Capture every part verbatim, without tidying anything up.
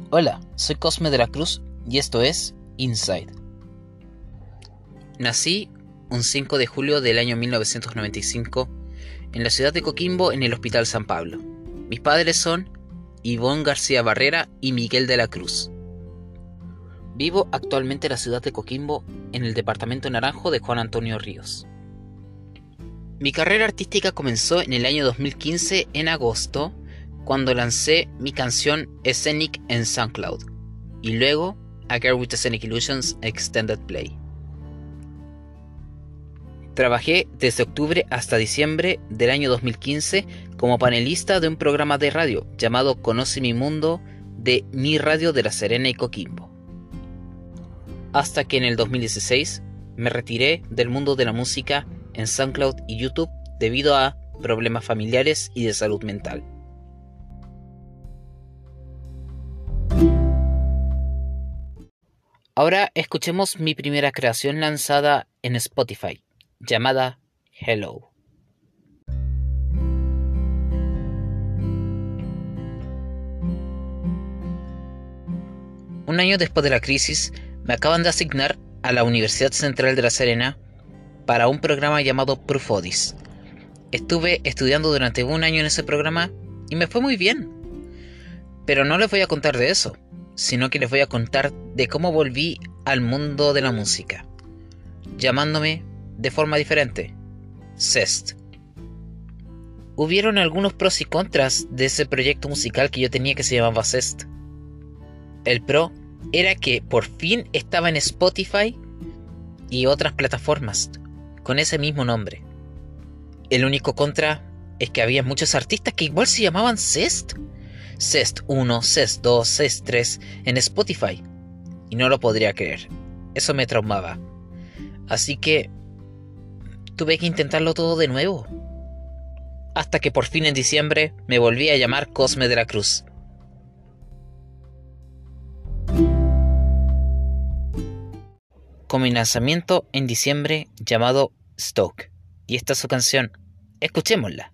Hola, soy Cosme de la Cruz y esto es Inside. Nací un cinco de julio del año mil novecientos noventa y cinco en la ciudad de Coquimbo, en el Hospital San Pablo. Mis padres son Ivonne García Barrera y Miguel de la Cruz. Vivo actualmente en la ciudad de Coquimbo, en el departamento Naranjo de Juan Antonio Ríos. Mi carrera artística comenzó en el año dos mil quince, en agosto, cuando lancé mi canción Scenic en SoundCloud, y luego A Girl with Scenic Illusions Extended Play. Trabajé desde octubre hasta diciembre del año dos mil quince como panelista de un programa de radio llamado Conoce mi Mundo de Mi Radio de La Serena y Coquimbo. Hasta que en el dos mil dieciséis me retiré del mundo de la música en SoundCloud y YouTube debido a problemas familiares y de salud mental. Ahora escuchemos mi primera creación lanzada en Spotify, llamada Hello. Un año después de la crisis, me acaban de asignar a la Universidad Central de La Serena para un programa llamado Prufodis. Estuve estudiando durante un año en ese programa y me fue muy bien. Pero no les voy a contar de eso, sino que les voy a contar de cómo volví al mundo de la música, llamándome de forma diferente, Zest. Hubieron algunos pros y contras de ese proyecto musical que yo tenía que se llamaba Zest. El pro era que por fin estaba en Spotify y otras plataformas con ese mismo nombre. El único contra es que había muchos artistas que igual se llamaban Zest. Zest uno, Zest dos, Zest tres en Spotify. Y no lo podría creer. Eso me traumaba. Así que tuve que intentarlo todo de nuevo. Hasta que por fin en diciembre me volví a llamar Cosme de la Cruz. Con mi lanzamiento en diciembre llamado Stoke. Y esta es su canción. Escuchémosla.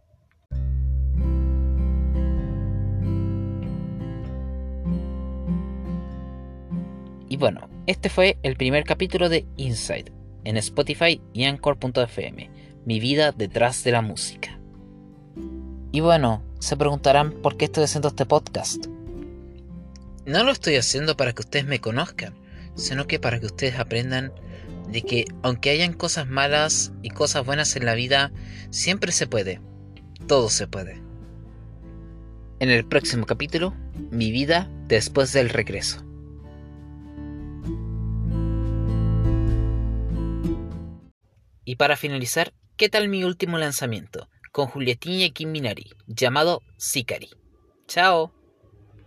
Y bueno, este fue el primer capítulo de Inside, en Spotify y Anchor punto efe eme, mi vida detrás de la música. Y bueno, se preguntarán por qué estoy haciendo este podcast. No lo estoy haciendo para que ustedes me conozcan, sino que para que ustedes aprendan de que aunque hayan cosas malas y cosas buenas en la vida, siempre se puede, todo se puede. En el próximo capítulo, mi vida después del regreso. Y para finalizar, ¿qué tal mi último lanzamiento? Con Julietina y Kim Minari, llamado Sicari. ¡Chao!